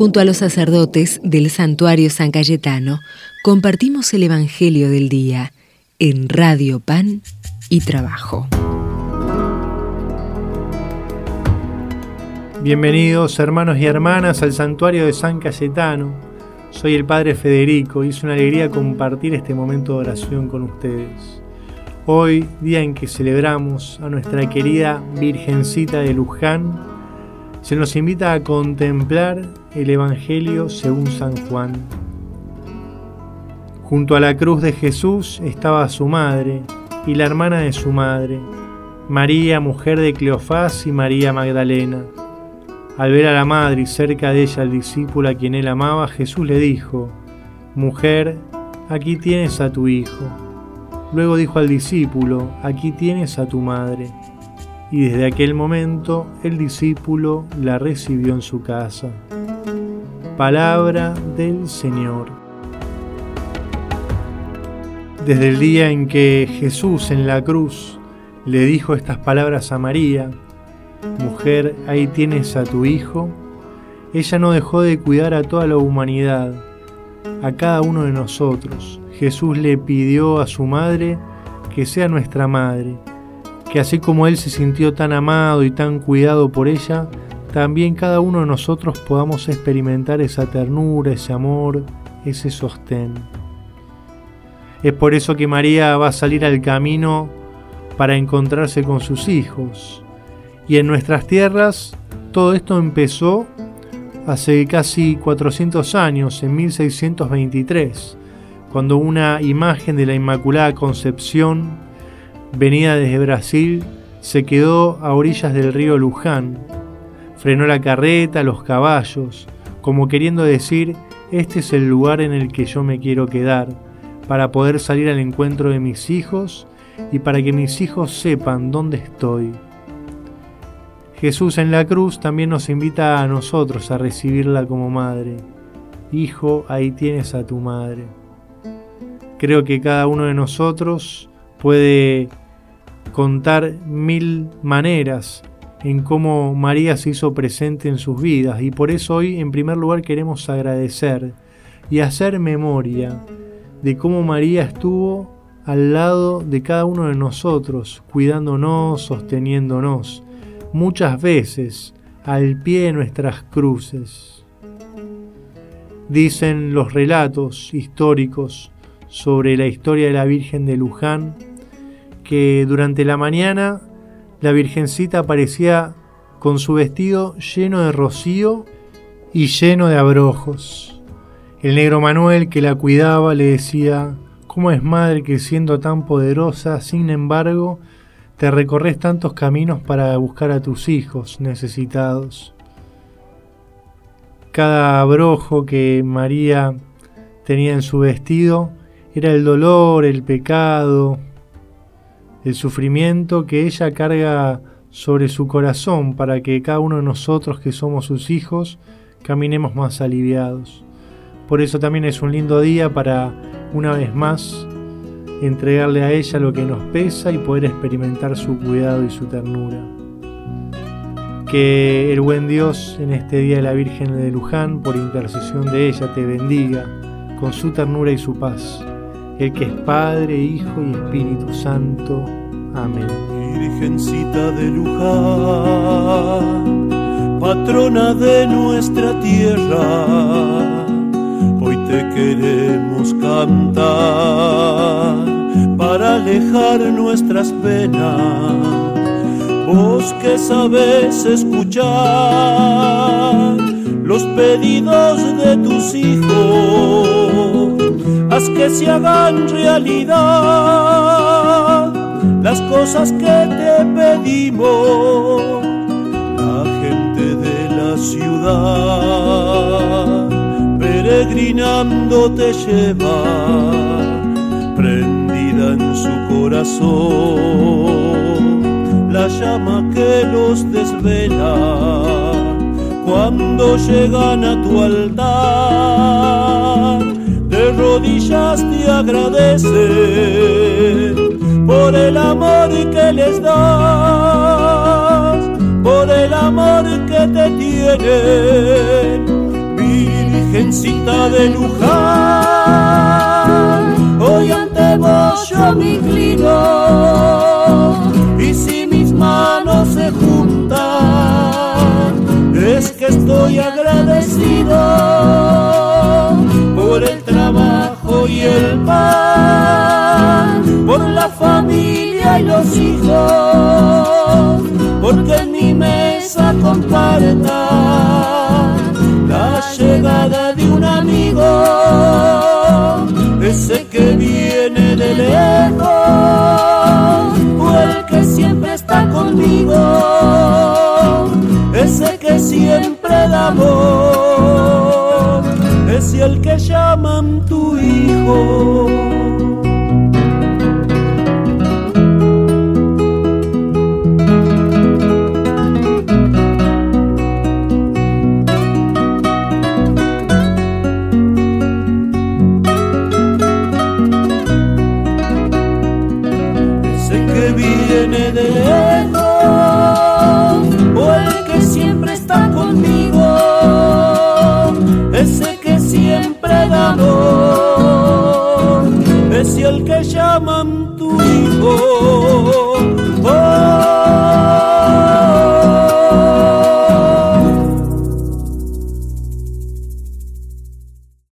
Junto a los sacerdotes del Santuario San Cayetano, compartimos el Evangelio del Día en Radio Pan y Trabajo. Bienvenidos hermanos y hermanas al Santuario de San Cayetano. Soy el Padre Federico y es una alegría compartir este momento de oración con ustedes. Hoy, día en que celebramos a nuestra querida Virgencita de Luján, se nos invita a contemplar el Evangelio según San Juan. Junto a la cruz de Jesús estaba su madre y la hermana de su madre, María, mujer de Cleofás, y María Magdalena. Al ver a la madre y cerca de ella al discípulo a quien él amaba, Jesús le dijo: «Mujer, aquí tienes a tu hijo». Luego dijo al discípulo: «Aquí tienes a tu madre». Y desde aquel momento el discípulo la recibió en su casa. Palabra del Señor. Desde el día en que Jesús en la cruz le dijo estas palabras a María: «Mujer, ahí tienes a tu hijo», ella no dejó de cuidar a toda la humanidad, a cada uno de nosotros. Jesús le pidió a su madre que sea nuestra madre, que así como Él se sintió tan amado y tan cuidado por ella, también cada uno de nosotros podamos experimentar esa ternura, ese amor, ese sostén. Es por eso que María va a salir al camino para encontrarse con sus hijos. Y en nuestras tierras todo esto empezó hace casi 400 años, en 1623, cuando una imagen de la Inmaculada Concepción, venida desde Brasil, se quedó a orillas del río Luján. Frenó la carreta, los caballos, como queriendo decir: este es el lugar en el que yo me quiero quedar, para poder salir al encuentro de mis hijos y para que mis hijos sepan dónde estoy. Jesús en la cruz también nos invita a nosotros a recibirla como madre. Hijo, ahí tienes a tu madre. Creo que cada uno de nosotros puede contar 1000 maneras en cómo María se hizo presente en sus vidas, y por eso hoy en primer lugar queremos agradecer y hacer memoria de cómo María estuvo al lado de cada uno de nosotros, cuidándonos, sosteniéndonos, muchas veces al pie de nuestras cruces. Dicen los relatos históricos sobre la historia de la Virgen de Luján que durante la mañana la Virgencita aparecía con su vestido lleno de rocío y lleno de abrojos. El negro Manuel, que la cuidaba, le decía: «¿Cómo es, madre, que siendo tan poderosa, sin embargo, te recorres tantos caminos para buscar a tus hijos necesitados?» Cada abrojo que María tenía en su vestido era el dolor, el pecado, el sufrimiento que ella carga sobre su corazón para que cada uno de nosotros que somos sus hijos caminemos más aliviados. Por eso también es un lindo día para, una vez más, entregarle a ella lo que nos pesa y poder experimentar su cuidado y su ternura. Que el buen Dios en este día de la Virgen de Luján, por intercesión de ella, te bendiga con su ternura y su paz. El que es Padre, Hijo y Espíritu Santo. Amén. Virgencita de Luján, patrona de nuestra tierra, hoy te queremos cantar para alejar nuestras penas. Vos que sabes escuchar los pedidos de tus hijos, haz que se hagan realidad las cosas que te pedimos. La gente de la ciudad peregrinando te lleva, prendida en su corazón la llama que los desvela. Cuando llegan a tu altar, de rodillas te agradecen por el amor que les das, por el amor que te tienen. Virgencita de Luján, hoy ante vos yo me inclino, y si mis manos se juntan, es que estoy agradecido por el trabajo y el pan, por la familia y los hijos, porque en mi mesa compartan la llegada de un amigo, ese que viene de lejos, o el que siempre está conmigo, ese que siempre da amor, es el que llaman tu hijo. Viene de lejos, o el que siempre está conmigo, ese que siempre da amor, es el que llaman tu hijo.